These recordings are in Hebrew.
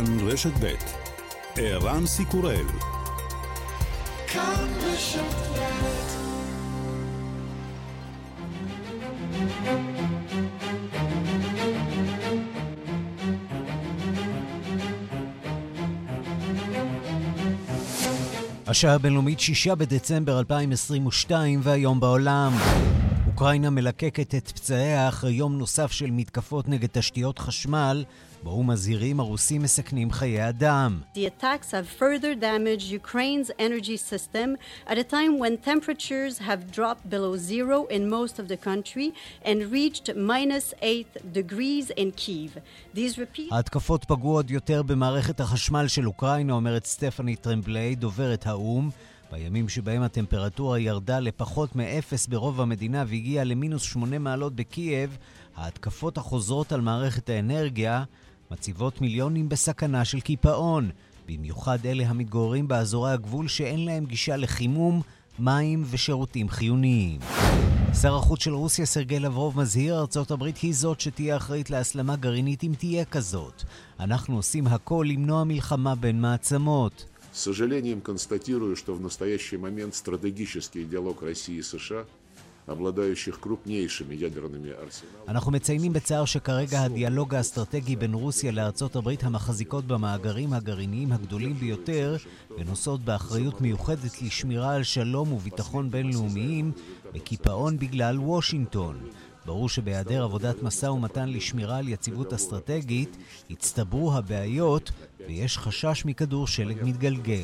כאן רשת ב' ערן סיקורל. כאן רשת ב'. השעה הבינלאומית 6 בדצמבר 2022 והיום בעולם. אוקראינה מלקקת את פצעיה אחרי יום נוסף של מתקפות נגד תשתיות חשמל, בו מזהירים הרוסים מסכנים חיי אדם. The attacks have further damaged Ukraine's energy system at a time when temperatures have dropped below zero in most of the country and reached -8 degrees in Kyiv. ההתקפות פגעו עוד יותר במערכת החשמל של אוקראינה, אומרת סטפני טרמבלי, דוברת האום. בימים שבהם הטמפרטורה ירדה לפחות מאפס ברוב המדינה והגיעה ל-8 מעלות בקייב, ההתקפות החוזרות על מערכת האנרגיה מציבות מיליונים בסכנה של קיפאון, במיוחד אלה המתגוררים באזורי הגבול שאין להם גישה לחימום, מים ושירותים חיוניים. שר החוץ של רוסיה סרגי לברוב מזהיר, ארצות הברית היא זאת שתהיה אחראית להסלמה גרעינית אם תהיה כזאת. אנחנו עושים הכל למנוע מלחמה בין מעצמות. С сожалением констатирую, что в настоящий момент стратегический диалог России и США, обладающих крупнейшими ядерными арсеналами. אנחנו מציינים בצער שכרגע הדיאלוג האסטרטגי בין רוסיה לארצות הברית המחזיקות במאגרים הגרעיניים הגדולים ביותר ונושאות באחריות מיוחדת לשמירה על שלום וביטחון בינלאומיים בקיפאון בגלל וושינגטון. ברור שבהיעדר עבודת משא ומתן לשמירה על יציבות אסטרטגית הצטברו הבעיות ויש חשש מכדור שלג מתגלגל.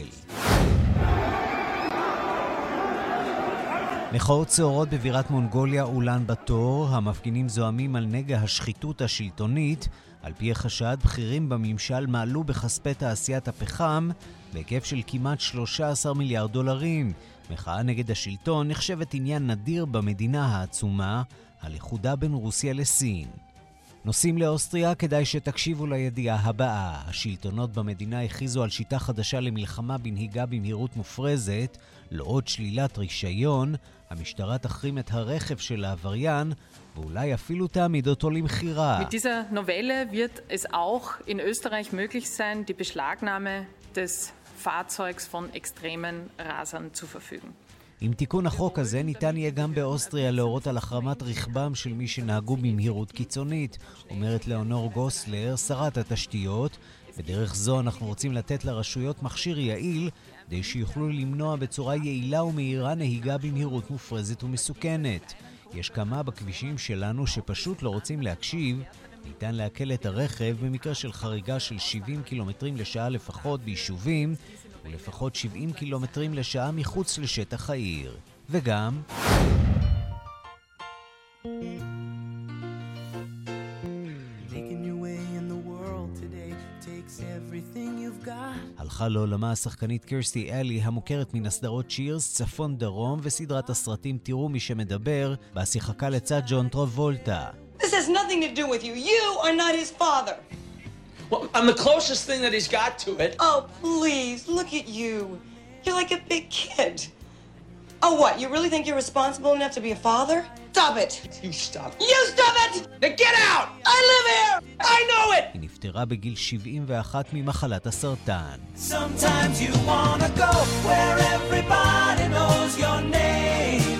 מחאות צהרות בבירת מונגוליה אולן בתור, המפגינים זועמים על נגע השחיתות השלטונית. על פי החשד, בכירים בממשל מעלו בכספי תעשיית הפחם בהיקף של כמעט 13 מיליארד דולרים. מחאה נגד השלטון נחשבת עניין נדיר במדינה העצומה, על איחודה בין רוסיה לסין. נוסעים לאוסטריה, כדאי שתקשיבו לידיעה הבאה. השלטונות במדינה הכריזו על שיטה חדשה למלחמה בנהיגה במהירות מופרזת, לא עוד שלילת רישיון, המשטרה תחרים את הרכב של העבריין, ואולי אפילו תעמיד אותו למחירה. Mit dieser Novelle wird es auch in Österreich möglich sein, die Beschlagnahme des Fahrzeugs von extremen Rasern zu verfügen. עם תיקון החוק הזה ניתן יהיה גם באוסטריה להורות על החרמת רכבם של מי שנהגו במהירות קיצונית, אומרת לאונור גוסלר, שרת התשתיות. בדרך זו אנחנו רוצים לתת לרשויות מכשיר יעיל, כדי שיוכלו למנוע בצורה יעילה ומהירה נהיגה במהירות מופרזת ומסוכנת. יש כמה בכבישים שלנו שפשוט לא רוצים להקשיב. ניתן להקל את הרכב במקרה של חריגה של 70 קילומטרים לשעה לפחות ביישובים, ולפחות 70 קילומטרים לשעה מחוץ לשטח העיר. וגם הלכה לעולמה השחקנית קירסטי אלי, המוכרת מן הסדרות צ'ירס, צפון דרום וסדרת הסרטים תראו מי שמדבר, בה שיחקה לצד ג'ון טרבולטה. This has nothing to do with you. You are not his father. Well, I'm the closest thing that he's got to it. Oh, please, look at you. You're like a big kid. Oh, what? You really think you're responsible enough to be a father? Stop it. You stop. You stop it! Now get out! I live here! I know it! היא נפטרה בגיל 71 ממחלת הסרטן. Sometimes you wanna go where everybody knows your name,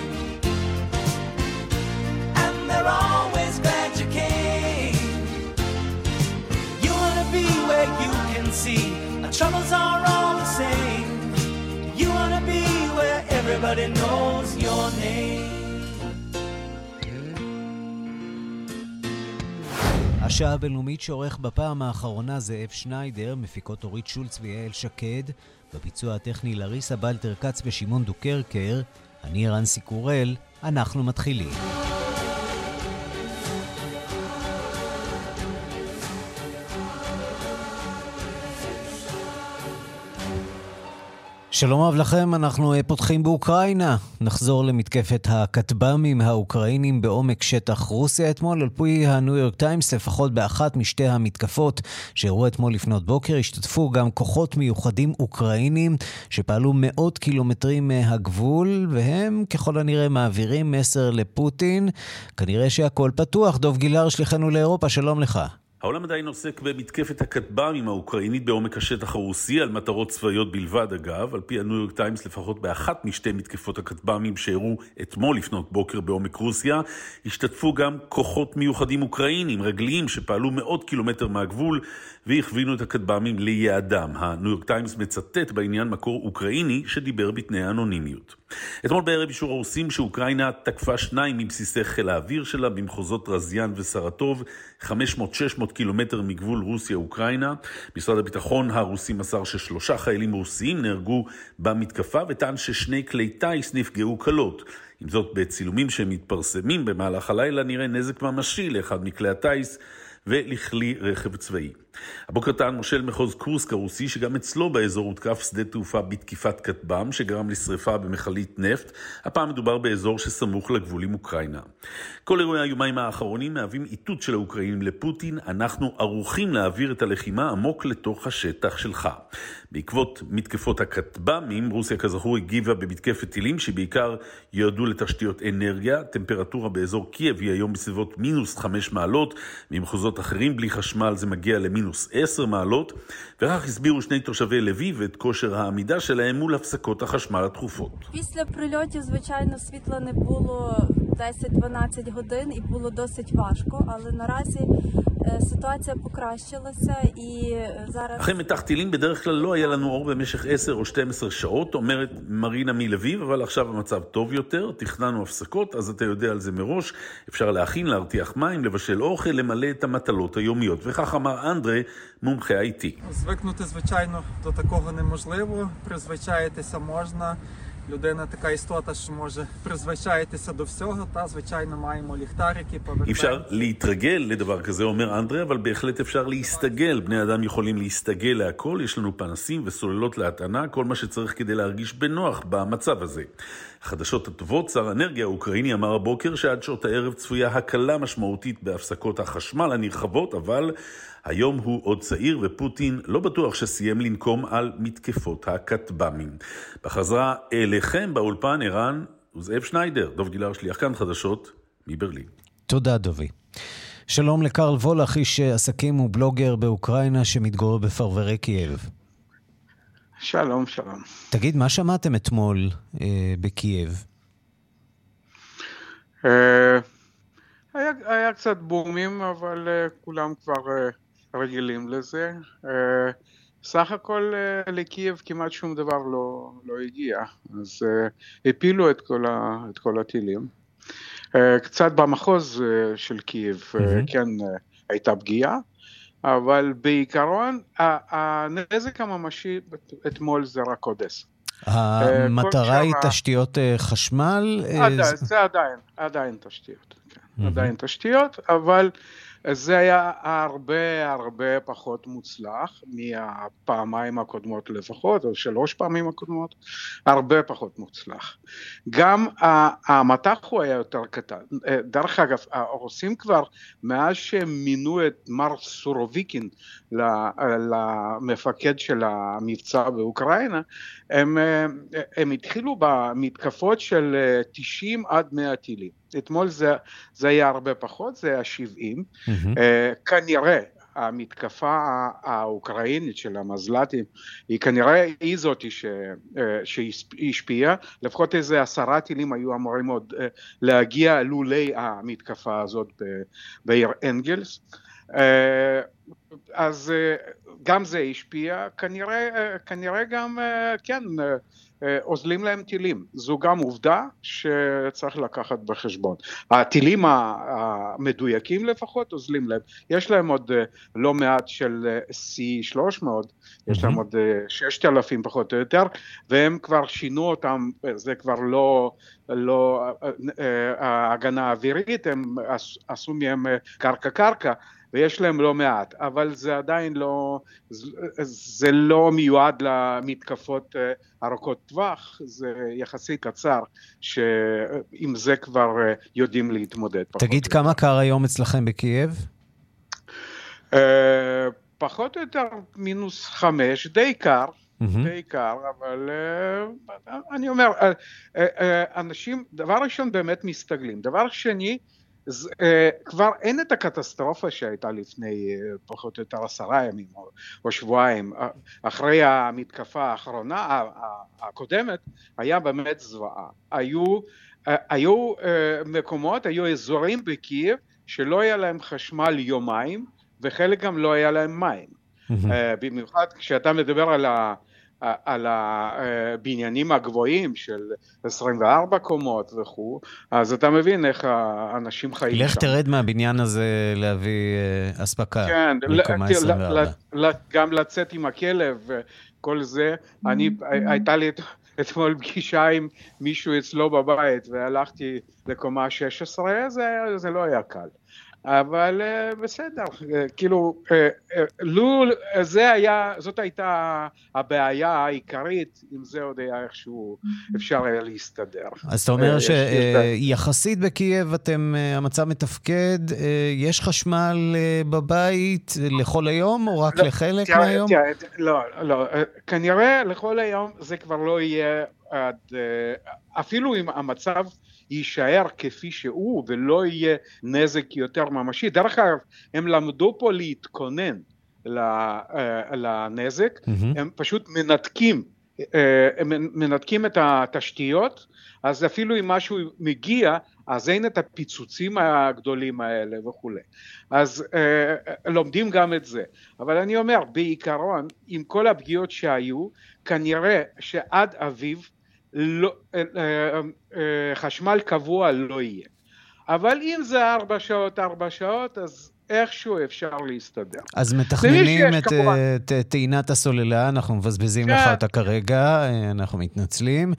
and they're always glad you came. You wanna be where you can see our troubles are all the same. You wanna be where everybody knows your name. השעה הבינלאומית שעורך בפעם האחרונה זאב שניידר, מפיקות אורית שולץ ויעל שקד, בביצוע הטכני לריסה בלטר קץ ושמעון דוקרקר. אני ערן סיקורל, אנחנו מתחילים. שלום רב לכם, אנחנו פותחים באוקראינה. נחזור למתקפת הכטב"מים האוקראינים בעומק שטח רוסיה. אתמול על פי הניו יורק טיימס, לפחות באחת משתי המתקפות שאירעו אתמול לפנות בוקר, השתתפו גם כוחות מיוחדים אוקראינים שפעלו מאות קילומטרים מהגבול, והם ככל הנראה מעבירים מסר לפוטין. כנראה שהכל פתוח. דוב גילר, שליחנו לאירופה, שלום לך. העולם עדיין עוסק במתקפת הכטב"מים האוקראינית בעומק השטח הרוסי, על מטרות צבאיות בלבד אגב. על פי הניו יורק טיימס, לפחות באחת משתי מתקפות הכטב"מים שאירעו אתמול לפנות בוקר בעומק רוסיה, השתתפו גם כוחות מיוחדים אוקראינים, רגליים, שפעלו מאות קילומטר מהגבול והכווינו את הכטב"מים ליעדם. הניו יורק טיימס מצטט בעניין מקור אוקראיני שדיבר בתנאי האנונימיות. אתמול בערב אישור הרוסים שאוקראינה תקפה 2 מבסיסי חיל האוויר שלה במחוזות רזיאן וסרטוב, 500-600 קילומטר מגבול רוסיה-אוקראינה. משרד הביטחון הרוסי מסר ש3 חיילים רוסיים נהרגו במתקפה, וטען ש2 כלי טייס נפגעו קלות. עם זאת, בצילומים שמתפרסמים במהלך הלילה נראה נזק ממשי לאחד מכלי הטייס ולכלי רכב צבאי. הבוקר טען מושל מחוז קורסק הרוסי שגם אצלו באזור הותקף שדה תעופה בתקיפת כטב"ם שגרם לשריפה במכלית נפט. הפעם מדובר באזור שסמוך לגבול עם אוקראינה. כל אירועי היומיים האחרונים מהווים איתות של האוקראינים לפוטין: אנחנו ערוכים להעביר את הלחימה עמוק לתוך השטח שלך. בעקבות מתקפות הכטב"מים, רוסיה כזכור הגיבה במתקפת טילים שבעיקר ירדו לתשתיות אנרגיה. טמפרטורה באזור קייב היא היום בסביבות -5 מעלות, ממחוזות אחרים בלי חשמל זה מגיע ל-10 מעלות, וכך הסבירו 2 תושבי לביב את כושר העמידה שלהם מול הפסקות החשמל התכופות. Після прильотів, звичайно, світла не було 10-12 годин і було досить важко, але наразі סיטואציה покращилася і зараз... אחרי מתח טילים בדרך כלל לא היה לנו אור במשך 10 או 12 שעות, אומרת מרינה מלביב, אבל עכשיו המצב טוב יותר, תכננו הפסקות, אז אתה יודע על זה מראש, אפשר להכין, להרתיח מים, לבשל אוכל, למלא את המטלות היומיות. וכך אמר אנדרי, מומחה IT. Звикнути, звичайно, до такого неможливо, призвичаїтися можна. Людина така істота, що може призвичаїтися до всього, та, звичайно, маємо ליכטרики. אפשר להתרגל לדבר כזה, אומר אנדרי, אבל בהחלט אפשר להסתגל. בני אדם יכולים להסתגל להכל, יש לנו פנסים וסוללות להטענה, כל מה שצריך כדי להרגיש בנוח במצב הזה. החדשות הטובות, שר האנרגיה האוקראיני אמר הבוקר שעד שעות הערב צפויה הקלה משמעותית בהפסקות החשמל הנרחבות, אבל היום הוא עוד צעיר ופוטין לא בטוח שסיים לנקום על מתקפות הכטב"מים. בחזרה אליכם באולפן ערן וזאב שניידר. דוב גילר שליח כאן חדשות מברלין. תודה דובי. שלום לקרל וולך, איש עסקים ובלוגר באוקראינה שמתגורר בפרברי קייב. שלום, שלום. תגיד, מה שמעתם אתמול בקייב? היה קצת בומים, אבל כולם כבר רגילים לזה. סך הכל לקייב כמעט שום דבר לא הגיע, אז הפילו את כל הטילים. קצת במחוז של קייב כן הייתה פגיעה, אבל בעיקרון הנזק הממשי אתמול זה רק אודסה. המטרה היא תשתיות חשמל? זה עדיין תשתיות, עדיין תשתיות, אבל זה היה הרבה פחות מוצלח מהפעמיים הקודמות לפחות, או 3 פעמים הקודמות, הרבה פחות מוצלח. גם המתח הוא היה יותר קטן. דרך אגב, הרוסים כבר, מאז שהם מינו את מר סורוביקין למפקד של המבצע באוקראינה, הם התחילו במתקפות של 90 עד 100 טילים. אתמול זה היה הרבה פחות, זה היה 70. כנראה המתקפה האוקראינית של המזל"טים, היא כנראה היא זאת שהשפיעה, לפחות איזה 10 טילים היו אמורים עוד להגיע לולי המתקפה הזאת בעיר אנגלס. אז גם זה השפיע, כנראה גם כן עוזלים להם טילים, זו גם עובדה שצריך לקחת בחשבון. הטילים המדויקים לפחות עוזלים להם, יש להם עוד לא מעט של C300, יש להם עוד 6,000 פחות או יותר, והם כבר שינו אותם, זה כבר לא ההגנה האווירית, הם עשו מהם קרקע, ויש להם לא מעט, אבל זה עדיין זה לא מיועד למתקפות ארוכות טווח, זה יחסית קצר, שעם זה כבר יודעים להתמודד. תגיד, כמה קר היום אצלכם בקייב? פחות או יותר -5, די קר, אבל אני אומר, אנשים, דבר ראשון באמת מסתגלים, דבר שני, כבר אין את הקטסטרופה שהייתה לפני פחות או יותר 10 ימים או שבועיים, אחרי המתקפה האחרונה, הקודמת, היה באמת זוועה. היו מקומות, היו אזורים בקייב שלא היה להם חשמל יומיים, וחלק גם לא היה להם מים. במיוחד כשאתה מדבר על הבניינים הגבוהים של 24 קומות וכו', אז אתה מבין איך האנשים חיים שם. לך תרד מהבניין הזה להביא אספקה. כן, לקומה 24. גם לצאת עם הכלב וכל זה. הייתה לי אתמול פגישה עם מישהו אצלו בבית, והלכתי לקומה 16, זה לא היה קל. אבל בסדר, כאילו, זאת הייתה הבעיה העיקרית, אם זה עוד היה איכשהו אפשר היה להסתדר. אז אתה אומר שיחסית בקייב המצב מתפקד, יש חשמל בבית לכל היום או רק לחלק מהיום? לא, כנראה לכל היום זה כבר לא יהיה, אפילו אם המצב יישאר כפי שהוא ולא יהיה נזק יותר ממשי. דרך אגב, הם למדו פה להתכונן לנזק, הם פשוט מנתקים את התשתיות, אז אפילו אם משהו מגיע, אז אין את הפיצוצים הגדולים האלה וכו'. אז לומדים גם את זה. אבל אני אומר, בעיקרון, עם כל הפגיעות שהיו, כנראה שעד אביב, חשמל קבוע לא יהיה. אבל אם זה 4 שעות, אז איכשהו אפשר להסתדר. אז מתכננים את טעינת הסוללה, אנחנו מבזבזים לך אותה כרגע, אנחנו מתנצלים,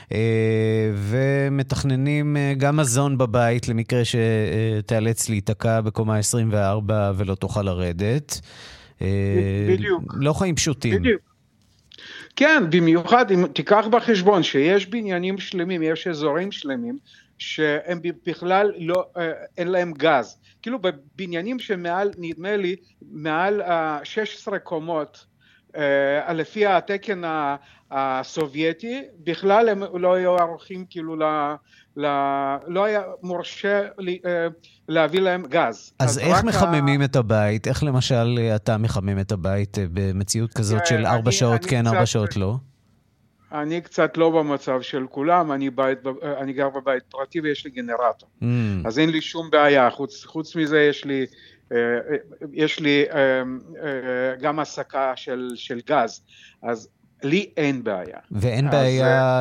ומתכננים גם מזון בבית, למקרה שתיאלץ להיתקע בקומה 24 ולא תוכל לרדת. בדיוק. לא חיים פשוטים. בדיוק. כן, במיוחד אם תיקח בחשבון שיש בניינים שלמים, יש אזורים שלמים, שהם בכלל לא, אין להם גז. כאילו בבניינים שמעל, נדמה לי, מעל 16 קומות, לפי התקן הסובייטי, בכלל הם לא היו ערוכים כאילו לא היה מורשה להביא להם גז. אז איך מחממים את הבית? איך למשל אתה מחמם את הבית במציאות כזאת של 4 שעות כן, 4 שעות לא? אני קצת לא במצב של כולם, אני גר בבית פרטי ויש לי גנרטור. אז אין לי שום בעיה, חוץ מזה יש לי גם הסקה של גז, אז לי אין בעיה. ואין בעיה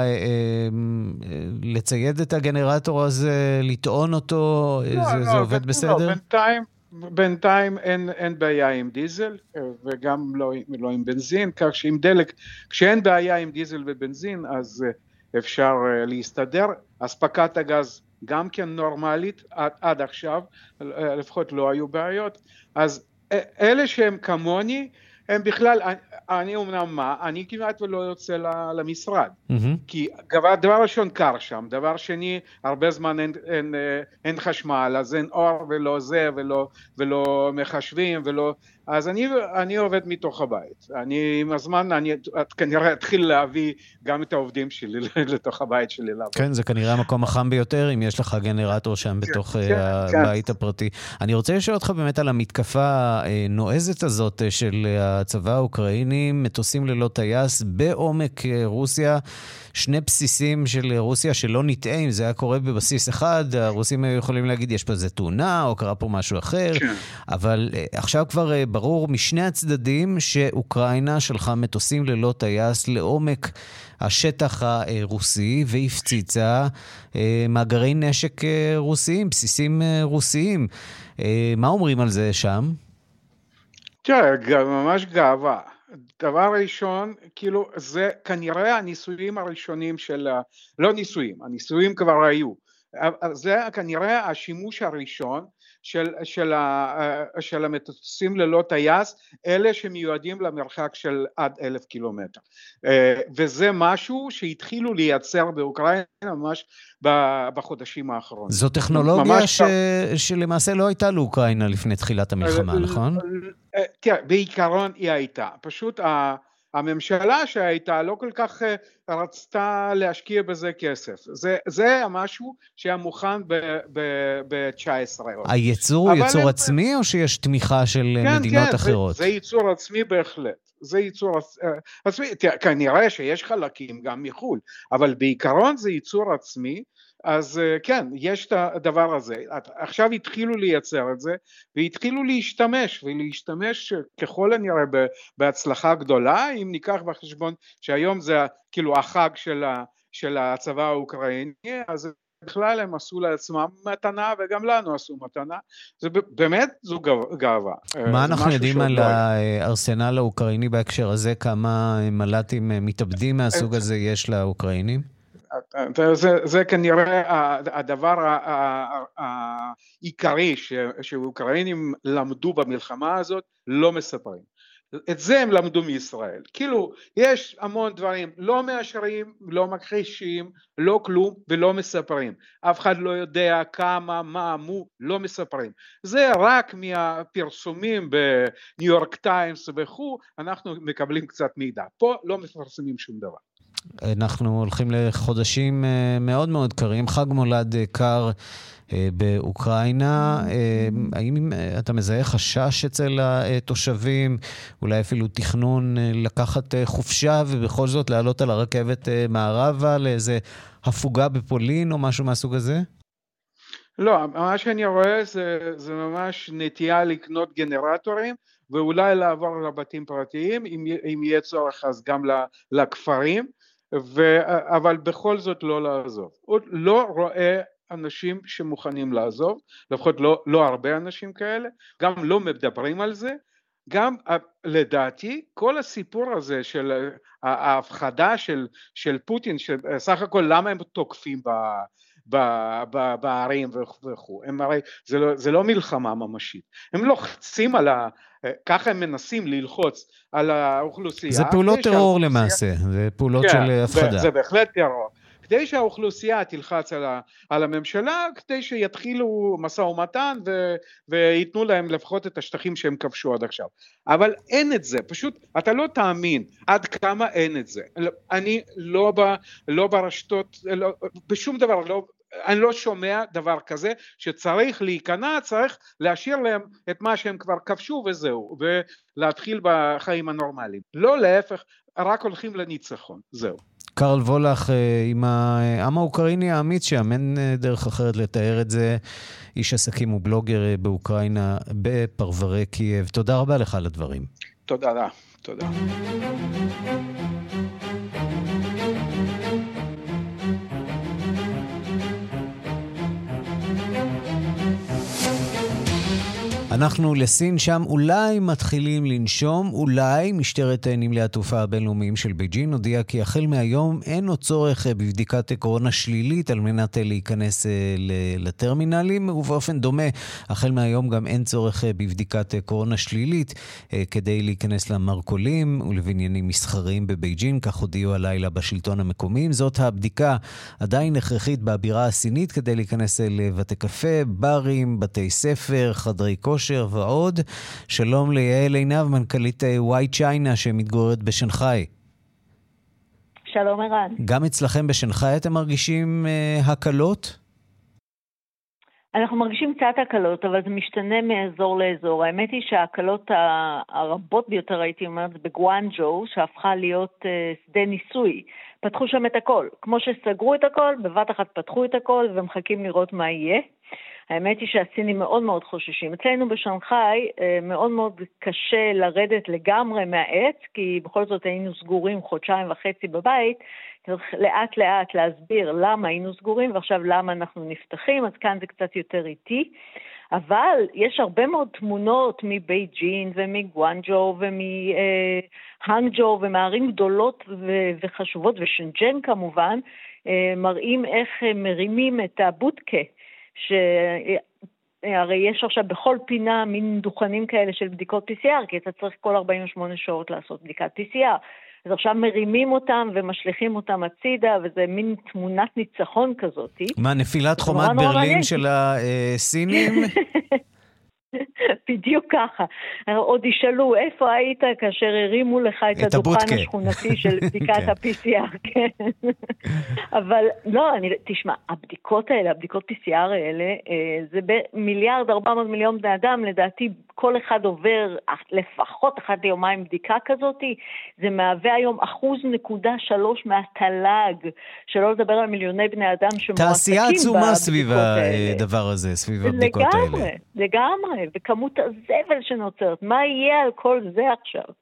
לצייד את הגנרטור הזה, לטעון אותו, זה עובד בסדר? בינתיים אין בעיה עם דיזל, וגם לא עם בנזין, כך שעם דלק, כשאין בעיה עם דיזל ובנזין, אז אפשר להסתדר. אספקת הגז גם כן נורמלית, עד עכשיו, לפחות לא היו בעיות. אז אלה שהם כמוני, הם בכלל, אני אומנם אני כמעט ולא יוצא למשרד, כי דבר ראשון קר שם, דבר שני, הרבה זמן אין חשמל, אז אין אור ולא זה, ולא מחשבים, אז אני עובד מתוך הבית. עם הזמן, כנראה אתחיל להביא גם את העובדים שלי לתוך הבית שלי. כן, זה כנראה המקום החם ביותר, אם יש לך גנרטור שם בתוך הבית הפרטי. אני רוצה לשאול אותך באמת על המתקפה הנועזת הזאת של הצבא האוקראיני, מטוסים ללא טייס בעומק רוסיה, 2 בסיסים של רוסיה שלא נטעה, אם זה היה קורה בבסיס אחד, הרוסים יכולים להגיד יש פה איזה תאונה או קרה פה משהו אחר, אבל עכשיו כבר ברור משני הצדדים שאוקראינה שלחה מטוסים ללא טייס לעומק השטח הרוסי והפציצה מאגרי נשק רוסיים, בסיסים רוסיים. מה אומרים על זה שם? תראה, ממש גאווה. דבר ראשון, כאילו זה כנראה הניסויים הראשונים לא ניסויים, הניסויים כבר היו. זה כנראה השימוש הראשון של המטוסים ללא טייס, אלה שמיועדים למרחק של עד 1,000 קילומטר. וזה משהו שהתחילו לייצר באוקראינה ממש בחודשים האחרונים. זו טכנולוגיה שלמעשה לא הייתה לאוקראינה לפני תחילת המלחמה, נכון? כן, בעיקרון היא הייתה. פשוט הממשלה שהייתה לא כל כך רצתה להשקיע בזה כסף. זה משהו שהיה מוכן ב-19. הייצור הוא ייצור עצמי או שיש תמיכה של מדינות אחרות? זה ייצור עצמי בהחלט. זה ייצור עצמי, כנראה שיש חלקים גם מחול, אבל בעיקרון זה ייצור עצמי, אז כן, יש את הדבר הזה. עכשיו התחילו לייצר את זה, והתחילו להשתמש ככל הנראה בהצלחה גדולה, אם ניקח בחשבון שהיום זה כאילו החג של הצבא האוקראיני, אז בכלל הם עשו לעצמם מתנה, וגם לנו עשו מתנה. זה באמת זו גאווה. מה אנחנו יודעים על הארסנל האוקראיני בהקשר הזה? כמה מל"טים מתאבדים מהסוג הזה יש לאוקראינים? זה כנראה הדבר העיקרי שהאוקראינים למדו במלחמה הזאת, לא מספרים. את זה הם למדו מישראל. כאילו, יש המון דברים, לא מאשרים, לא מכחישים, לא כלום, ולא מספרים. אף אחד לא יודע כמה, מה, מו, לא מספרים. זה רק מהפרסומים בניו יורק טיימס וכו', אנחנו מקבלים קצת מידע. פה לא מפרסמים שום דבר. אנחנו הולכים לחודשים מאוד מאוד קרים, חג מולד קר באוקראינה. האם אתה מזהה חשש אצל התושבים, אולי אפילו תכנון לקחת חופשה ובכל זאת לעלות על הרכבת מערבה לאיזה הפוגה בפולין או משהו מהסוג הזה? לא, מה שאני רואה זה ממש נטייה לקנות גנרטורים ואולי לעבור לבתים פרטיים, אם יהיה צורך אז גם לכפרים, אבל בכל זאת לא לעזוב. עוד לא רואה אנשים שמוכנים לעזוב, לפחות לא הרבה אנשים כאלה, גם לא מדברים על זה, גם לדעתי כל הסיפור הזה של ההפחדה של פוטין, שסך הכל למה הם תוקפים בערים וכו', הם הרי זה לא מלחמה ממשית, הם לוחצים ככה הם מנסים ללחוץ על האוכלוסייה. זה פעולות טרור למעשה, זה פעולות של הפחדה. זה בהחלט טרור. כדי שהאוכלוסייה תלחץ על הממשלה, כדי שיתחילו משא ומתן ויתנו להם לפחות את השטחים שהם כבשו עד עכשיו. אבל אין את זה, פשוט אתה לא תאמין עד כמה אין את זה. אני לא ברשתות, בשום דבר, אני לא שומע דבר כזה שצריך להיכנע, צריך להשאיר להם את מה שהם כבר כבשו וזהו, ולהתחיל בחיים הנורמליים. לא להפך, רק הולכים לניצחון, זהו. קרל וולך, עם העם האוקראיני האמיץ שם, אין דרך אחרת לתאר את זה, איש עסקים ובלוגר באוקראינה, בפרברי קייב. תודה רבה לך על הדברים. תודה. תודה. אנחנו לסין, שם אולי מתחילים לנשום, אולי משטרת נמלי התעופה הבינלאומיים של בייג'ין הודיעה כי החל מהיום אין עוד צורך בבדיקת קורונה שלילית על מנת להיכנס לטרמינלים, ובאופן דומה, החל מהיום גם אין צורך בבדיקת קורונה שלילית כדי להיכנס למרכולים ולבניינים מסחריים בבייג'ין, כך הודיעו הלילה בשלטון המקומי. זאת הבדיקה עדיין הכרחית בבירה הסינית כדי להיכנס לבתי קפה, ברים, בתי ספר, חדרי כושר ועוד. שלום ליעל עינב, מנכ"לית וואי צ'יינה שמתגוררת בשנגחאי. שלום ערן. גם אצלכם בשנגחאי אתם מרגישים הקלות? אנחנו מרגישים קצת הקלות, אבל זה משתנה מאזור לאזור. האמת היא שההקלות הרבות ביותר, הייתי אומרת, בגואנג'ו, שהפכה להיות שדה ניסוי. פתחו שם את הכל. כמו שסגרו את הכל, בבת אחת פתחו את הכל ומחכים לראות מה יהיה. האמת היא שהסינים מאוד מאוד חוששים. אצלנו בשנגחאי מאוד מאוד קשה לרדת לגמרי מהעץ, כי בכל זאת היינו סגורים 1.5 חודשים בבית, צריך לאט לאט להסביר למה היינו סגורים ועכשיו למה אנחנו נפתחים, אז כאן זה קצת יותר איטי. אבל יש הרבה מאוד תמונות מבייג'ין ומגואנג'ו ומהנג'ו ומערים גדולות וחשובות, ושנג'ן כמובן, מראים איך מרימים את הבודקה, שהרי יש עכשיו בכל פינה מין דוכנים כאלה של בדיקות PCR, כי אתה צריך כל 48 שעות לעשות בדיקת PCR. אז עכשיו מרימים אותם ומשליחים אותם הצידה, וזה מין תמונת ניצחון כזאת. מה, נפילת חומת ברלין של הסינים? בדיוק ככה. עוד ישאלו איפה היית כאשר הרימו לך את הדוכן השכונתי של בדיקת ה-PCR. כן. אבל לא, תשמע, הבדיקות האלה, הבדיקות PCR האלה, זה ב1.4 מיליארד בני אדם, לדעתי כל אחד עובר לפחות אחת ליומיים בדיקה כזאת, זה מהווה היום 1.3% מהתל"ג, שלא לדבר על מיליוני בני אדם שמועסקים תעשייה עצומה סביב הדבר הזה, סביב הבדיקות האלה. לגמרי, וכמות הזבל שנוצרת, מה יהיה על כל זה עכשיו?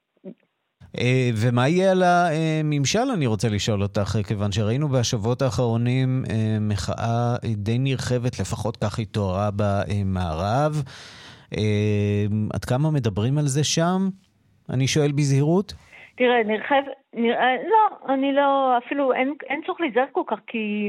ומה יהיה על הממשל, אני רוצה לשאול אותך, כיוון שראינו בשבועות האחרונים מחאה די נרחבת, לפחות כך היא תוארה במערב. עד כמה מדברים על זה שם? אני שואל בזהירות. תראה, לא, אני לא, אפילו אין צורך להיזהר כל כך, כי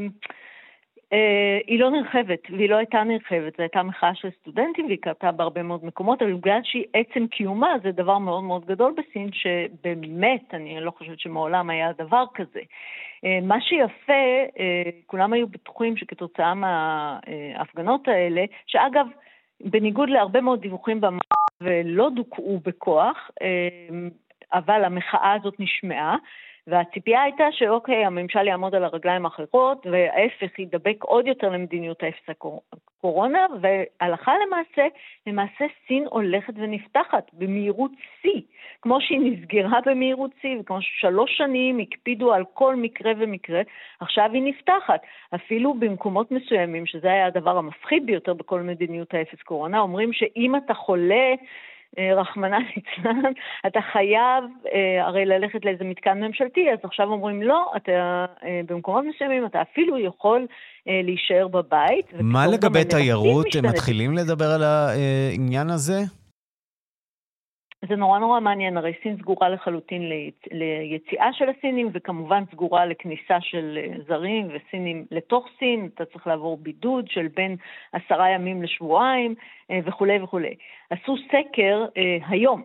היא לא נרחבת, והיא לא הייתה נרחבת, זו הייתה מחאה של סטודנטים, והיא קרתה בהרבה מאוד מקומות, אבל בגלל שהיא עצם קיומה, זה דבר מאוד מאוד גדול בסין, שבאמת, אני לא חושבת שמעולם היה דבר כזה. מה שיפה, כולם היו בטוחים שכתוצאה מההפגנות האלה, שאגב, בניגוד להרבה מאוד דיווחים במערב, ולא דוכאו בכוח, אבל המחאה הזאת נשמעה, והציפייה הייתה שאוקיי, הממשל יעמוד על הרגליים האחרות, וההפך ידבק עוד יותר למדיניות האפס הקורונה, והלכה למעשה סין הולכת ונפתחת במהירות C, כמו שהיא נסגרה במהירות C, וכמו ש3 שנים הקפידו על כל מקרה ומקרה, עכשיו היא נפתחת. אפילו במקומות מסוימים, שזה היה הדבר המפחיד ביותר בכל מדיניות האפס קורונה, אומרים שאם אתה חולה, רחמנא ליצלן, אתה חייב הרי ללכת לאיזה מתקן ממשלתי, אז עכשיו אומרים לא, אתה במקומות מסוימים, אתה אפילו יכול להישאר בבית. מה לגבי תיירות? מתחילים לדבר על העניין הזה? זה נורא מעניין, הרי סין סגורה לחלוטין ליציאה של הסינים, וכמובן סגורה לכניסה של זרים וסינים לתוך סין, אתה צריך לעבור בידוד של בין 10 ימים לשבועיים וכו' וכו'. עשו סקר היום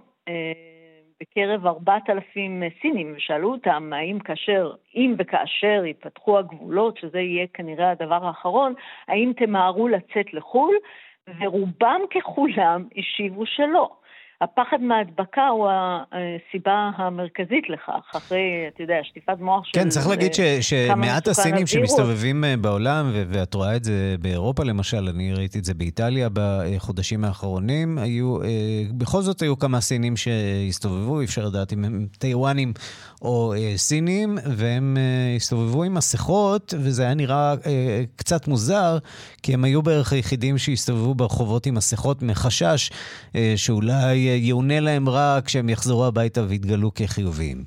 בקרב 4,000 סינים, ושאלו אותם אם וכאשר יפתחו הגבולות, שזה יהיה כנראה הדבר האחרון, האם תמהרו לצאת לחול, ורובם ככולם השיבו שלא. הפחד מהדבקה הוא הסיבה המרכזית לכך, אחרי, אתה יודע, שטיפת מוח של... כן, צריך להגיד שמעט הסינים שמסתובבים בעולם, ואת רואה את זה באירופה למשל, אני ראיתי את זה באיטליה בחודשים האחרונים, בכל זאת היו כמה סינים שהסתובבו, אפשר לדעת אם הם טיוואנים או סינים, והם הסתובבו עם מסכות, וזה היה נראה קצת מוזר, כי הם היו בערך היחידים שהסתובבו ברחובות עם מסכות מחשש, שאולי יעונה להם רע כשהם יחזרו הביתה והתגלו כחיוביים.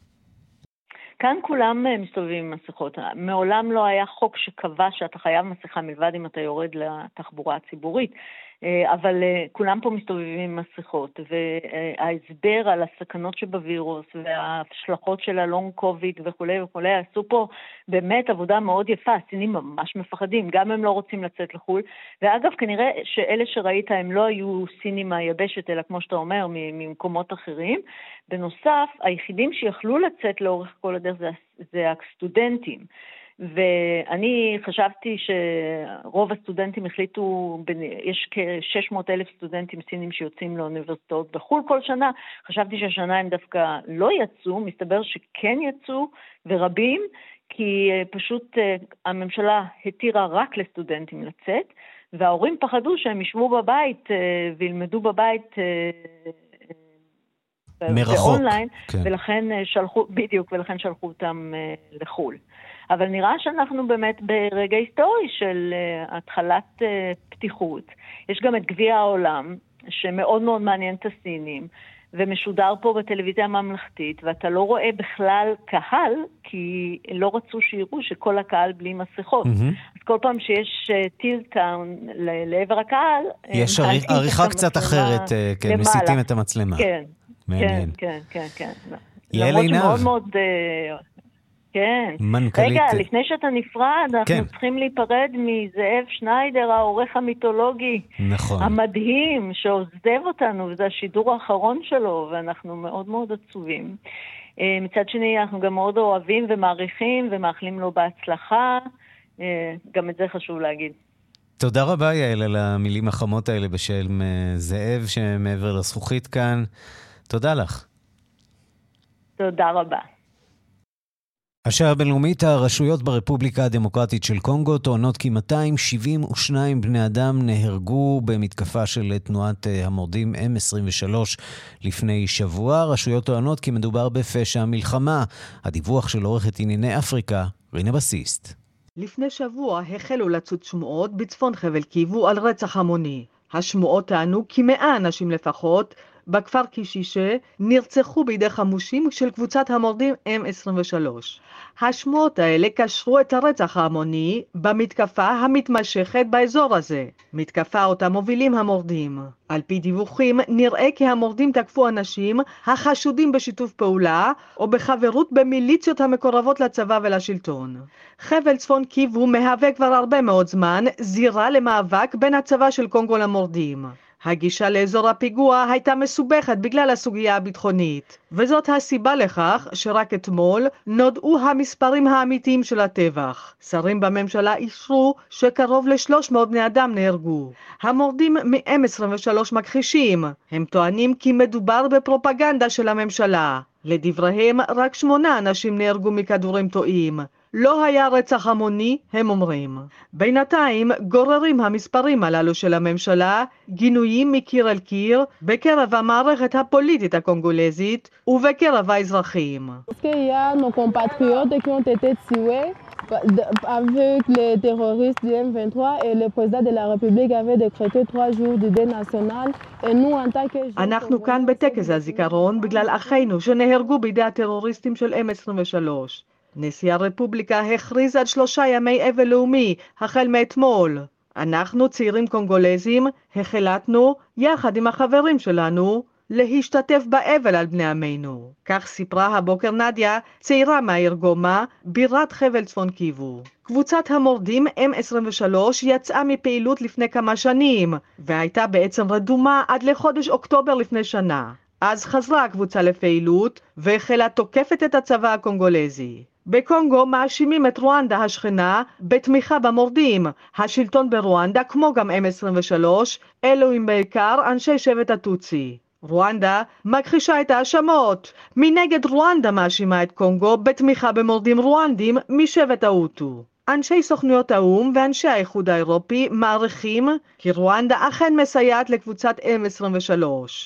כאן כולם מסתובבים עם מסכות. מעולם לא היה חוק שקבע שאתה חייב מסכה מלבד אם אתה יורד לתחבורה הציבורית. אבל כולם פה מסתובבים עם מסכות, וההסבר על הסכנות שבווירוס וההשלכות של הלונג קוביד וכו' וכו', עשו פה באמת עבודה מאוד יפה. הסינים ממש מפחדים, גם הם לא רוצים לצאת לחול, ואגב כנראה שאלה שראית הם לא היו סינים מהיבשת, אלא כמו שאתה אומר ממקומות אחרים. בנוסף, היחידים שיכלו לצאת לאורך כל הדרך זה הסטודנטים, ואני חשבתי שרוב הסטודנטים החליטו, יש כ-600,000 סטודנטים סינים שיוצאים לאוניברסיטאות בחול כל שנה, חשבתי שהשנה הם דווקא לא יצאו, מסתבר שכן יצאו ורבים, כי פשוט הממשלה התירה רק לסטודנטים לצאת, וההורים פחדו שהם ישבו בבית וילמדו בבית באונליין, כן. ולכן שלחו אותם לחול. אבל נראה שאנחנו באמת ברגע היסטורי של התחלת פתיחות. יש גם את גביע העולם, שמאוד מאוד מעניין את הסינים, ומשודר פה בטלוויזיה הממלכתית, ואתה לא רואה בכלל קהל, כי לא רצו שיראו שכל הקהל בלי מסכות. אז כל פעם שיש טילטאון לעבר הקהל, יש עריכה קצת אחרת, כן, מסיטים את המצלמה. כן, מעניין. כן. יעל עינב. מאוד מאוד... כן. מנכלית. רגע, לפני שאתה נפרד, אנחנו צריכים להיפרד מזאב שניידר, העורך המיתולוגי. נכון. המדהים, שעוזב אותנו, וזה השידור האחרון שלו, ואנחנו מאוד מאוד עצובים. מצד שני, אנחנו גם מאוד אוהבים ומעריכים, ומאחלים לו בהצלחה. גם את זה חשוב להגיד. תודה רבה יעל על המילים החמות האלה בשם זאב שמעבר לזכוכית כאן. תודה לך. תודה רבה. השעה הבינלאומית, הרשויות ברפובליקה הדמוקרטית של קונגו טוענות כי 272 בני אדם נהרגו במתקפה של תנועת המורדים M23 לפני שבוע. הרשויות טוענות כי מדובר בפשע מלחמה. הדיווח של עורכת ענייני אפריקה, רינה בסיסט. לפני שבוע החלו לצוץ שמועות בצפון חבל קיבו על רצח המוני. השמועות טענו כי 100 אנשים לפחות בכפר קישישה נרצחו בידי חמושים של קבוצת המורדים M23. השמועות האלה קשרו את הרצח ההמוני במתקפה המתמשכת באזור הזה, מתקפה אותה מובילים המורדים. על פי דיווחים נראה כי המורדים תקפו אנשים החשודים בשיתוף פעולה או בחברות במיליציות המקורבות לצבא ולשלטון. חבל צפון קיבו מהווה כבר הרבה מאוד זמן זירה למאבק בין הצבא של קונגו למורדים. הגישה לאזור הפיגוע הייתה מסובכת בגלל הסוגיה הביטחונית, וזאת הסיבה לכך שרק אתמול נודעו המספרים האמיתיים של הטבח. שרים בממשלה אישרו שקרוב ל300 בני אדם נהרגו. המורדים מ-M23 מכחישים. הם טוענים כי מדובר בפרופגנדה של הממשלה. לדבריהם רק 8 אנשים נהרגו מכדורים טועים. לא היה רצח המוני, הם אומרים. בינתיים גוררים המספרים הללו של הממשלה גינויים מקיר אל קיר בקרב המערכת הפוליטית הקונגולזית ובקרב האזרחים. Avec les terroristes du M23 et le président de la République avait décrété 3 jours de deuil national et nous en tant que... אנחנו כאן בטקס הזיכרון בגלל אחינו שנהרגו בידי הטרוריסטים של M23. נשיא הרפובליקה הכריז עד 3 ימי אבל לאומי, החל מאתמול. אנחנו, צעירים קונגולזים, החלטנו, יחד עם החברים שלנו, להשתתף באבל על בני עמנו. כך סיפרה הבוקר נדיה, צעירה מהעיר גומה, בירת חבל צפון קיבו. קבוצת המורדים M23 יצאה מפעילות לפני כמה שנים, והייתה בעצם רדומה עד לחודש אוקטובר לפני שנה. אז חזרה הקבוצה לפעילות, והחלה תוקפת את הצבא הקונגולזי. בקונגו מאשימים את רואנדה השכנה בתמיכה במורדים. השלטון ברואנדה, כמו גם M23, אלו הם בעיקר אנשי שבט הטוצי. רואנדה מכחישה את האשמות. מנגד רואנדה מאשימה את קונגו בתמיכה במורדים רואנדים משבט ההוטו. אנשי סוכנויות האו"ם ואנשי האיחוד האירופי מעריכים כי רואנדה אכן מסייעת לקבוצת M23.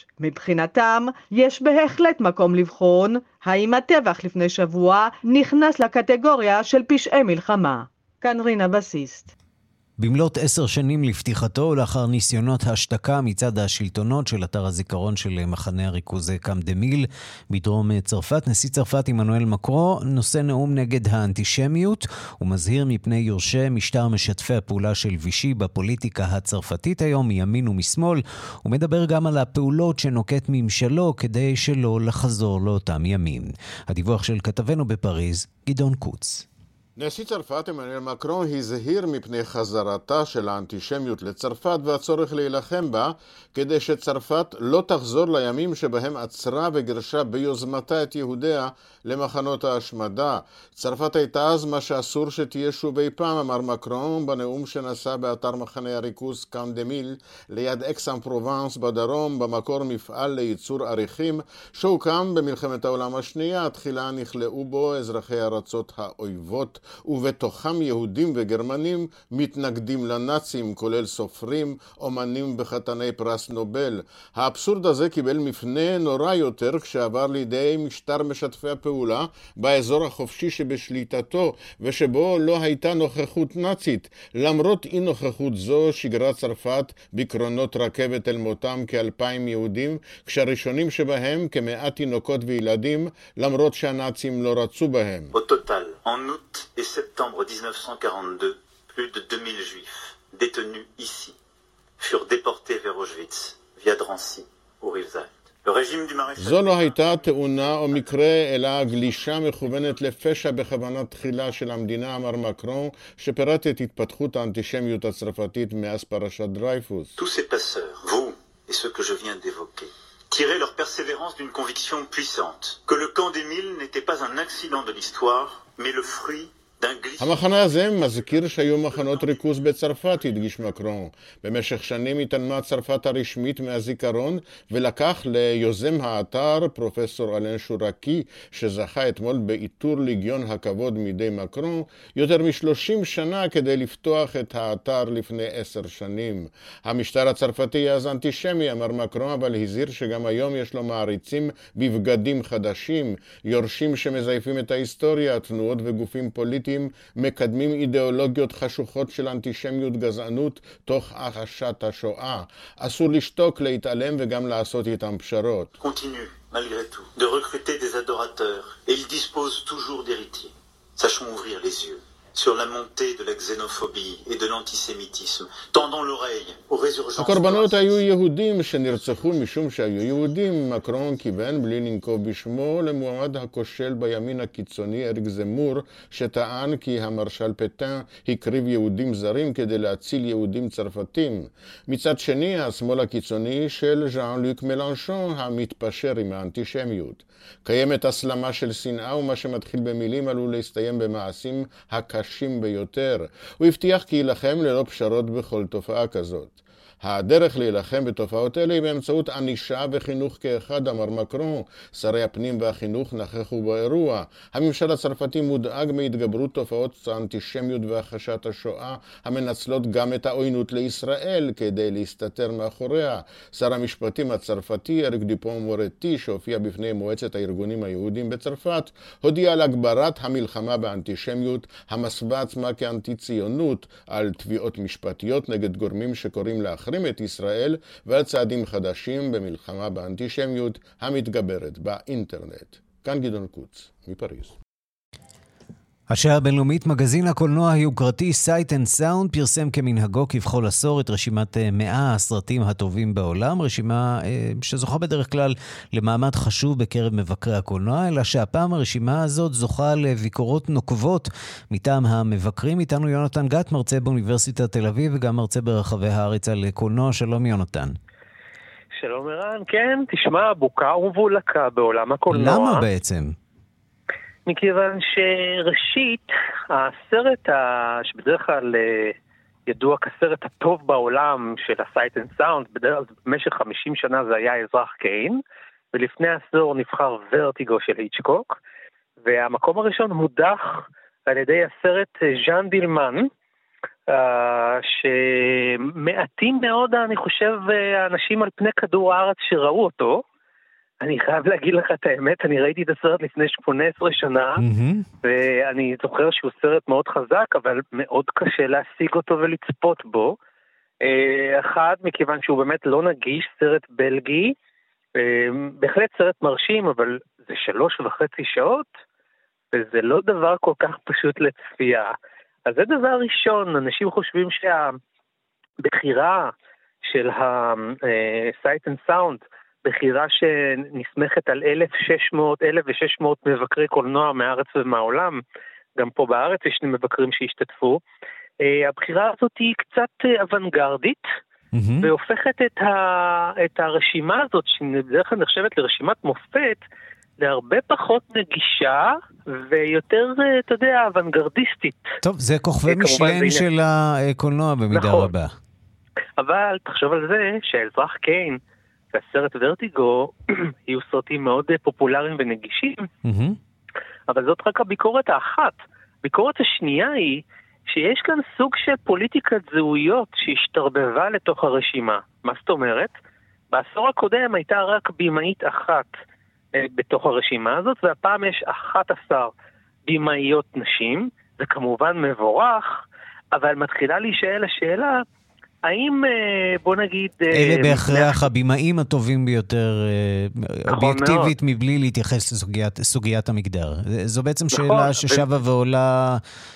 מבחינתם יש בהחלט מקום לבחון האם הטבח לפני שבוע נכנס לקטגוריה של פשעי מלחמה. כאן רינה בסיסט. במלאת 10 שנים לפתיחתו ולאחר ניסיונות השתקה מצד השלטונות של אתר הזיכרון של מחנה הריכוז קאמפ דה מיל בדרום צרפת, נשיא צרפת עמנואל מקרון נושא נאום נגד האנטישמיות ומזהיר מפני יורשי משטר משתפי הפעולה של וישי בפוליטיקה הצרפתית היום מימין ומשמאל. הוא מדבר גם על הפעולות שנוקט ממשלו כדי שלא לחזור לאותם ימים. הדיווח של כתבנו בפריז, גדעון קוץ. נשיא צרפת עמנואל מקרון הזהיר מפני חזרתה של האנטישמיות לצרפת והצורך להילחם בה כדי שצרפת לא תחזור לימים שבהם עצרה וגרשה ביוזמתה את יהודיה למחנות ההשמדה. צרפת הייתה אז מה שאסור שתהיה שוב אי פעם, אמר מקרון בנאום שנשא באתר מחנה הריכוז קאמפ דה מיל ליד אקס-אן-פרובנס בדרום, במקור מפעל לייצור עריכים שהוקם במלחמת העולם השנייה. תחילה נכלאו בו אזרחי ארצות האויבות ובתוכם יהודים וגרמנים מתנגדים לנאצים, כולל סופרים, אומנים וחתני פרס נובל. האבסורד הזה קיבל מפנה נורא יותר כשעבר לידי משטר משתפי הפעולה באזור החופשי שבשליטתו ושבו לא הייתה נוכחות נאצית. למרות אי נוכחות זו שיגרה צרפת בקרונות רכבת אל מותם כ2,000 יהודים, כשהראשונים שבהם כ100 תינוקות וילדים, למרות שהנאצים לא רצו בהם. בטוטל, en août et septembre 1942, plus de 2000 juifs détenus ici furent déportés vers Auschwitz via Drancy ou Rivesaltes. זו לא הייתה תאונה או מקרה, אלא גלישה מכוונת לפשע בכוונת תחילה של המדינה, אמר מקרון, שפירט את התפתחות האנטישמיות הצרפתית מאז פרשת דרייפוס. Tous ces passeurs, vous et ceux que je viens d'évoquer, tiraient leur persévérance d'une conviction puissante, que le camp des Milles n'était pas un accident de l'histoire, mais le fruit המחנה הזה מזכיר שהיו מחנות ריכוז בצרפת, הדגיש מקרון. במשך שנים התעלמה צרפת הרשמית מהזיכרון, ולקח ליוזם האתר, פרופסור אלן שורקי, שזכה אתמול בעיטור ליגיון הכבוד מידי מקרון, יותר מ-30 שנה כדי לפתוח את האתר לפני 10 שנים. המשטר הצרפתי אז אנטישמי, אמר מקרון, אבל הזהיר שגם היום יש לו מעריצים בבגדים חדשים, יורשים שמזייפים את ההיסטוריה, תנועות וגופים פוליטיים מקדמים אידיאולוגיות חשוכות של אנטישמיות גזענות תוך הכחשת השואה. אסור לשתוק, להתעלם וגם לעשות איתם פשרות. Continue, malgré tout, de recruter des adorateurs et il dispose toujours d'héritiers. Sachons ouvrir les yeux sur la montée de la xénophobie et de l'antisémitisme. Tendons l'oreille aux résurgences. הקורבנות היו יהודים שנרצחו משום שהיו יהודים. מקרון כיוון בלי לנקוב בשמו למועמד הכושל בימין הקיצוני אריק זמור, שטען כי המרשל פטן הקריב יהודים זרים כדי להציל יהודים צרפתים. מצד שני, השמאל הקיצוני של ז'אן לוק מלנשון המתפשר עם האנטישמיות. קיימת הסלמה של שנאה, ומה שמתחיל במילים עלול להסתיים במעשים הקשים ביותר. הוא הבטיח כי ילחם ללא פשרות בכל תופעה כזאת. הדרך להילחם בתופעות אלה היא באמצעות ענישה וחינוך כאחד, אמר מקרון. שרי הפנים והחינוך נכחו באירוע. הממשל הצרפתי מודאג מהתגברות תופעות האנטישמיות והכחשת השואה, המנצלות גם את העוינות לישראל כדי להסתתר מאחוריה. שר המשפטים הצרפתי אריק דופון מורטי, שהופיע בפני מועצת הארגונים היהודים בצרפת, הודיע על הגברת המלחמה באנטישמיות, המסווה עצמה כאנטי ציונות, על תביעות משפטיות נגד גורמים שקוראים להחרים את ישראל, ועל צעדים חדשים במלחמה באנטישמיות המתגברת באינטרנט. כאן גדעון קוץ, מפריז. השעה הבינלאומית, מגזין הקולנוע היוקרתי Sight and Sound פרסם כמנהגו כבכל עשור את רשימת 100 הסרטים הטובים בעולם, רשימה שזוכה בדרך כלל למעמד חשוב בקרב מבקרי הקולנוע, אלא שהפעם הרשימה הזאת זוכה לביקורות נוקבות מטעם המבקרים. איתנו יונתן גת, מרצה באוניברסיטת תל אביב וגם מרצה ברחבי הארץ על קולנוע. שלום יונתן. שלום ערן, כן, תשמע, בוקה ומבולקה בעולם הקולנוע. למה בעצם? מכיוון שראשית, הסרט שבדרך כלל ידוע כסרט הטוב בעולם של ה-Sight and Sound, במשך 50 שנה זה היה אזרח קיין, ולפני עשור נבחר ורטיגו של היצ'קוק, והמקום הראשון הודח על ידי הסרט ז'אן דילמן, שמעטים מאוד, אני חושב, האנשים על פני כדור הארץ שראו אותו. אני חייב להגיד לך את האמת, אני ראיתי את הסרט לפני 18 שנה, ואני זוכר שהוא סרט מאוד חזק, אבל מאוד קשה להשיג אותו ולצפות בו. אחד, מכיוון שהוא באמת לא נגיש, סרט בלגי, בהחלט סרט מרשים, אבל זה 3.5 שעות, וזה לא דבר כל כך פשוט לצפייה. אז זה דבר ראשון, אנשים חושבים שהבחירה של ה-Sight and Sound, בחירה שנסמכת על 1,600 מבקרי קולנוע מהארץ ומהעולם, גם פה בארץ יש מבקרים שהשתתפו, הבחירה הזאת היא קצת אוונגרדית, והופכת את הרשימה הזאת, שבדרך כלל נחשבת לרשימת מופת, להרבה פחות נגישה, ויותר, אתה יודע, אוונגרדיסטית. טוב, זה כוכבי משלן של הקולנוע במידה רבה. אבל תחשוב על זה שהאזרח קיין, והסרט ורטיגו יהיו סרטים מאוד פופולריים ונגישים, אבל זאת רק הביקורת האחת. הביקורת השנייה היא שיש כאן סוג של פוליטיקת זהויות שהשתרבבה לתוך הרשימה. מה זאת אומרת? בעשור הקודם הייתה רק בימאית אחת בתוך הרשימה הזאת, והפעם יש 11 בימאיות נשים, זה כמובן מבורך, אבל מתחילה להישאל השאלה, האם, בוא נגיד... אלה בהכרח הבימאים הטובים ביותר, אובייקטיבית, מבלי להתייחס לסוגיית המגדר. זו בעצם שאלה ששווה ועולה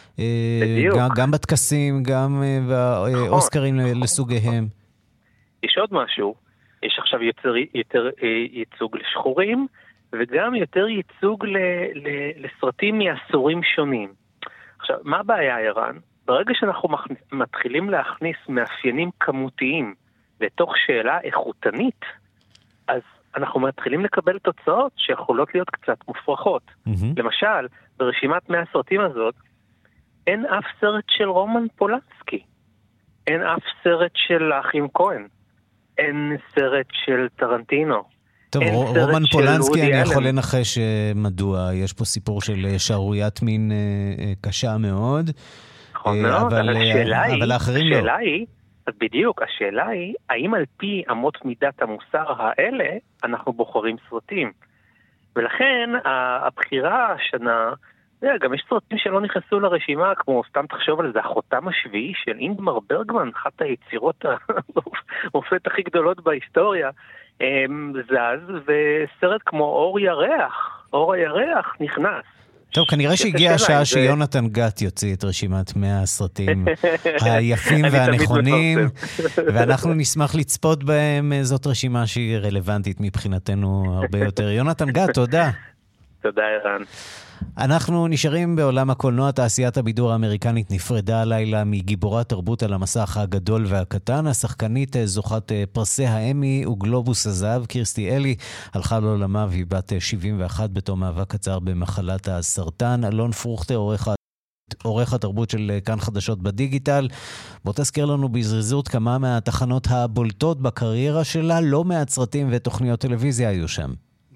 גם בתקסים, גם באוסקרים לסוגיהם. יש עוד משהו, יש עכשיו יותר ייצוג לשחורים, וגם יותר ייצוג לסרטים מעשורים שונים. עכשיו, מה הבעיה, ערן? ברגע שאנחנו מתחילים להכניס מאפיינים כמותיים לתוך שאלה איכותנית, אז אנחנו מתחילים לקבל תוצאות שיכולות להיות קצת מופרכות. למשל, ברשימת 100 הסרטים הזאת, אין אף סרט של רומן פולנסקי, אין אף סרט של האחים כהן, אין סרט של טרנטינו. טוב, רומן פולנסקי, אני יכול לנחש מדוע. יש פה סיפור של שערוריית מין קשה מאוד. נכון מאוד, אבל השאלה היא, אז בדיוק, השאלה היא, האם על פי אמות מידת המוסר האלה, אנחנו בוחרים סרטים? ולכן, הבחירה השנה, גם יש סרטים שלא נכנסו לרשימה, כמו סתם תחשוב על זה, החותם השביעי של אינגמר ברגמן, אחת היצירות המופת הכי גדולות בהיסטוריה, זז, וסרט כמו אור הירח נכנס. טוב, כנראה שהגיעה השעה שיונתן גת יוציא את רשימת 100 הסרטים היפים והנכונים, ואנחנו נשמח לצפות בהם. זאת רשימה שהיא רלוונטית מבחינתנו הרבה יותר. יונתן גת, תודה. תודה, ערן. אנחנו נשארים בעולם הקולנוע. תעשיית הבידור האמריקנית נפרדה הלילה מגיבורת תרבות על המסך הגדול והקטן. השחקנית זוכת פרסי האמי וגלובוס הזהב קירסטי אלי הלכה לעולמה והיא בת 71 בתום מאבק קצר במחלת הסרטן. אלון פרוכטר, עורך התרבות של כאן חדשות בדיגיטל, בוא תזכיר לנו בזריזות כמה מהתחנות הבולטות בקריירה שלה. לא מעט סרטים ותוכניות טלוויזיה היו שם.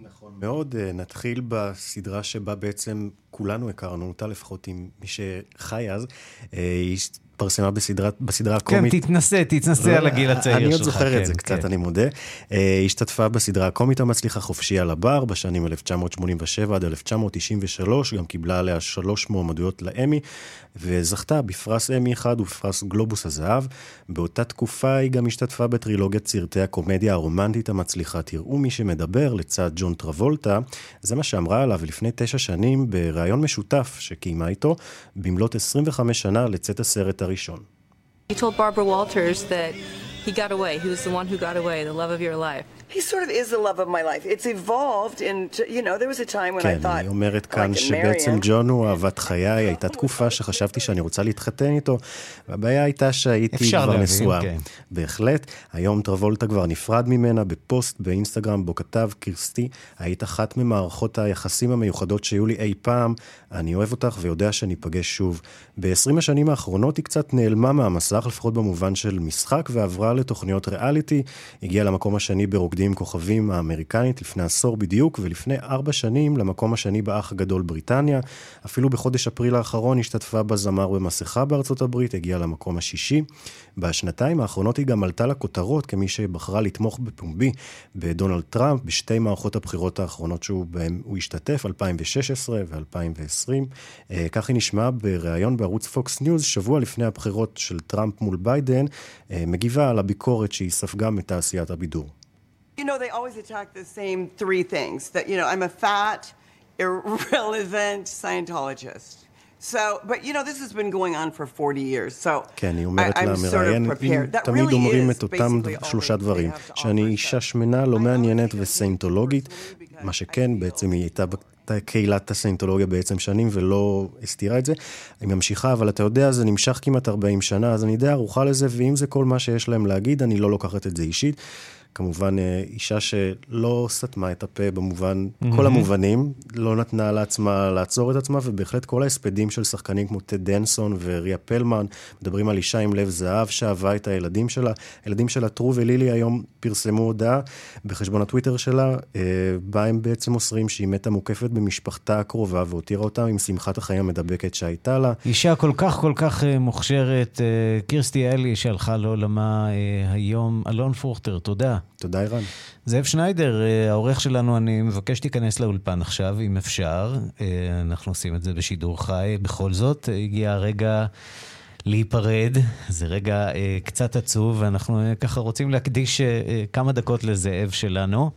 מאוד. נתחיל בסדרה שבה בעצם כולנו הכרנו אותה, לפחות עם מי שחי אז. היא פרסמה בסדרה הקומית. כן, תתנסה על הגיל הצעיר שלך. אני עוד זוכר את זה קצת, אני מודה. היא השתתפה בסדרה הקומית המצליחה חופשי על הבר בשנים 1987 עד 1993, גם קיבלה עליה 3 מועמדויות לאמי, וזכתה בפרס אמי אחד ובפרס גלובוס הזהב. באותה תקופה היא גם השתתפה בטרילוגיית סרטי הקומדיה הרומנטית המצליחה תראו מי שמדבר לצד ג'ון טרבולטה. זה מה שאמרה עליו לפני 9 שנים בראיון משותף שקיימה איתו במלאת 25 שנה לצאת הסרט הראשון. He told Barbara Walters that he got away. He was the one who got away, the love of your life. He sort of is the love of my life. It's evolved into, you know, there was a time when I thought, כן, היא אומרת כאן שבעצם ג'ון הוא אהבת חיי. הייתה תקופה שחשבתי שאני רוצה להתחתן איתו, והבעיה הייתה שהייתי כבר נשואה. בהחלט, היום טרבולטה כבר נפרד ממנה בפוסט באינסטגרם, בו כתב קירסטי, היית אחת ממערכות היחסים המיוחדות שהיו לי אי פעם, אני אוהב אותך ויודע שניפגש שוב. ב-20 השנים האחרונות היא קצת נעלמה מהמסך, לפחות במובן של משחק, ועברה לתוכניות ריאליטי, הגיעה למקום השני ברוקדים עם כוכבים האמריקנית לפני עשור בדיוק, ולפני 4 שנים למקום השני באח הגדול בריטניה. אפילו בחודש אפריל האחרון השתתפה בזמר במסכה בארצות הברית, הגיעה למקום השישי. בשנתיים האחרונות היא גם עלתה לכותרות כמי שבחרה לתמוך בפומבי בדונלד טראמפ בשתי מערכות הבחירות האחרונות שבהם הוא השתתף, 2016 ו-2020. כך היא נשמעה בריאיון בערוץ פוקס ניוז שבוע לפני הבחירות של טראמפ מול ביידן, מגיבה על הביקורת שהיא ספגה מתעשיית הבידור. You know, they always attack the same 3 things. That, you know, I'm a fat, irrelevant Scientologist. So, but you know, this has been going on for 40 years. So, כן, היא אומרת למראיין, תמיד אומרים את אותם 3 דברים. שאני אישה שמנה, לא מעניינת וסיינטולוגית, מה שכן, בעצם היא הייתה קהילת הסיינטולוגיה בעצם שנים ולא הסתירה את זה. היא ממשיכה, אבל אתה יודע, זה נמשך כמעט 40 שנה, אז אני די ערוכה לזה, ואם זה כל מה שיש להם להגיד, אני לא לוקחת את זה אישית. כמובן, אישה שלא סתמה את הפה במובן, כל המובנים, לא נתנה לעצמה לעצור את עצמה, ובהחלט כל ההספדים של שחקנים כמו טד דנסון וריה פלמן, מדברים על אישה עם לב זהב שאהבה את הילדים שלה. הילדים שלה, טרו ולילי, היום פרסמו הודעה בחשבון הטוויטר שלה, בה הם בעצם מוסרים שהיא מתה מוקפת במשפחתה הקרובה, והותירה אותה עם שמחת החיים המדבקת שהייתה לה. אישה כל כך מוכשרת, קירסטי אלי שהלכה לעולמה היום. אלון פרוכטר, תודה. תודה, אירן. זאב שניידר, העורך שלנו, אני מבקש להיכנס לאולפן עכשיו, אם אפשר. אנחנו עושים את זה בשידור חי. בכל זאת, הגיע הרגע להיפרד. זה רגע קצת עצוב, ואנחנו ככה רוצים להקדיש כמה דקות לזאב שלנו.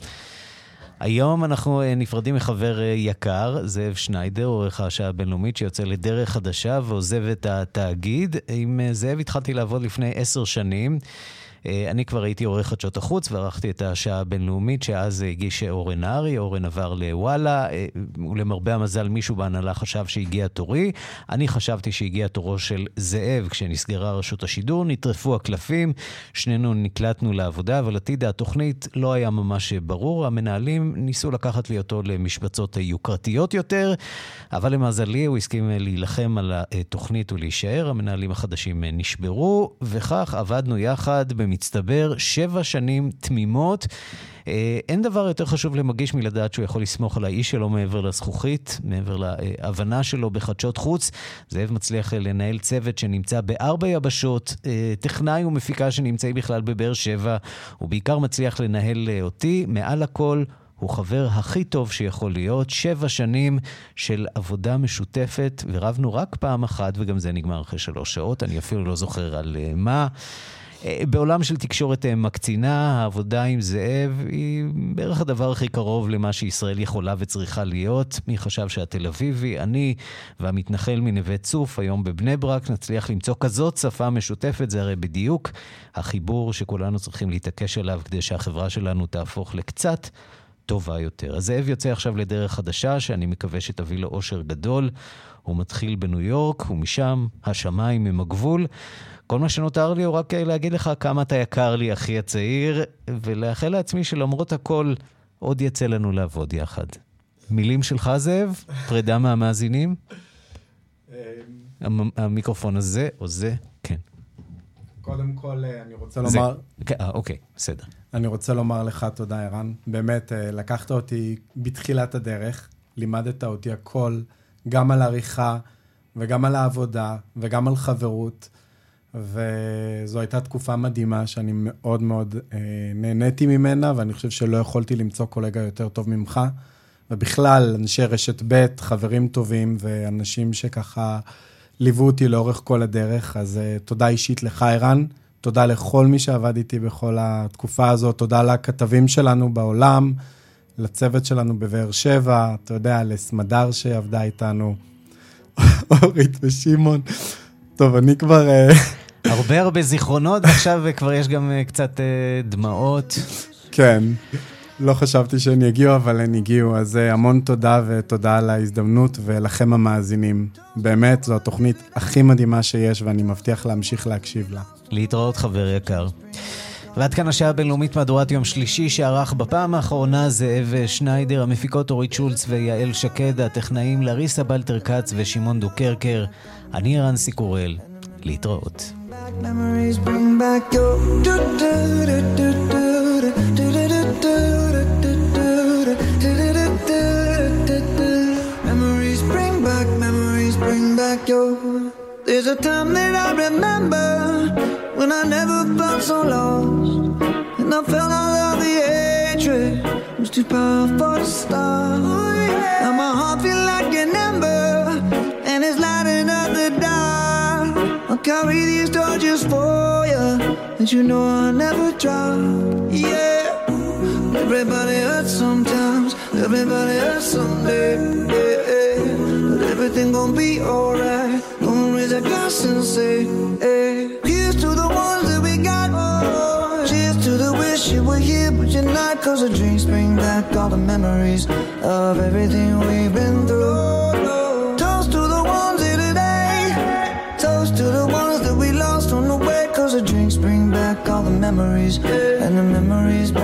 היום אנחנו נפרדים מחבר יקר, זאב שניידר, עורך השעה הבינלאומית שיוצא לדרך חדשה ועוזב את התאגיד. עם זאב התחלתי לעבוד לפני 10 שנים. אני כבר הייתי עורך חדשות החוץ, וערכתי את השעה הבינלאומית, שאז הגיש אורן נהרי, אורן עבר לוואלה, ולמרבה המזל מישהו בהנהלה חשב שהגיע תורי, אני חשבתי שהגיע תורו של זאב, כשנסגרה רשות השידור, נטרפו הקלפים, שנינו נקלטנו לעבודה, אבל עתיד התוכנית לא היה ממש ברור, המנהלים ניסו לקחת לי אותו למשבצות יוקרתיות יותר, אבל למזלי הוא הסכים להילחם על התוכנית ולהישאר, המנהלים החדשים נשברו, וכך עבדנו יחד במצטבר 7 שנים תמימות. אין דבר יותר חשוב למגיש מלדעת שהוא יכול לסמוך על האיש שלו מעבר לזכוכית, מעבר להבנה שלו בחדשות חוץ. זאב מצליח לנהל צוות שנמצא ב4 יבשות, טכנאי ומפיקה שנמצאים בכלל בבאר שבע, הוא בעיקר מצליח לנהל אותי, מעל הכל הוא חבר הכי טוב שיכול להיות, 7 שנים של עבודה משותפת, ורבנו רק פעם אחת, וגם זה נגמר אחרי 3 שעות, אני אפילו לא זוכר על מה. בעולם של תקשורת מקצינה, העבודה עם זאב היא בערך הדבר הכי קרוב למה שישראל יכולה וצריכה להיות. מי חשב שהתל אביבי, אני והמתנחל מנווה צוף, היום בבני ברק, נצליח למצוא כזאת שפה משותפת, זה הרי בדיוק החיבור שכולנו צריכים להתעקש עליו, כדי שהחברה שלנו תהפוך לקצת טובה יותר. אז זאב יוצא עכשיו לדרך חדשה, שאני מקווה שתביא לו אושר גדול. הוא מתחיל בניו יורק, ומשם השמיים הם הגבול. כל מה שנותר לי הוא רק להגיד לך כמה אתה יקר לי, אחי הצעיר, ולאחל לעצמי שלמרות הכל עוד יצא לנו לעבוד יחד. מילים שלך זאב, פרידה מהמאזינים. המיקרופון הזה או זה, כן. קודם כל אני רוצה לומר... אוקיי, בסדר. אני רוצה לומר לך תודה ערן, באמת לקחת אותי בתחילת הדרך, לימדת אותי הכל, גם על עריכה וגם על העבודה וגם על חברות, וזו הייתה תקופה מדהימה שאני מאוד מאוד נהניתי ממנה, ואני חושב שלא יכולתי למצוא קולגה יותר טוב ממך, ובכלל אנשי רשת ב', חברים טובים ואנשים שככה ליוו אותי לאורך כל הדרך, אז תודה אישית לך ערן, תודה לכל מי שעבד איתי בכל התקופה הזאת, תודה לכתבים שלנו בעולם, לצוות שלנו בבאר שבע, אתה יודע, לסמדר שעבדה איתנו, אורית ושימון. טוב, אני כבר... הרבה זיכרונות, ועכשיו כבר יש גם קצת דמעות. כן, לא חשבתי שהן יגיעו, אבל הן הגיעו, אז המון תודה ותודה על ההזדמנות, ולכם המאזינים. באמת, זו התוכנית הכי מדהימה שיש, ואני מבטיח להמשיך להקשיב לה. להתראות חבר יקר. ועד כאן השעה הבינלאומית מהדורת יום שלישי שערך בפעם האחרונה זאב שניידר, המפיקות אורית שולץ ויעל שקד, הטכנאים לריסה בלטר קץ ושמעון דוקרקר. אני ערן סיקורל, להתראות. Memories bring back your memories bring back your. There's a time that I remember when I never felt so lost, and I felt all of the hatred was too powerful to stop. Now my heart feel like an ember and it's lighting up the dark. I'll carry these torches for you, and you know I'll never drop. Yeah, everybody hurts sometimes, everybody hurts someday. Yeah, but everything gon' be alright. Gonna raise a glass and say, hey, here's to the ones that we got. Cheers to the wish you were here, but you're not. 'Cause the drinks bring back all the memories of everything we've been through. Toast to the ones here today. Toast to the ones that we lost on the way. 'Cause the drinks bring back all the memories, and the memories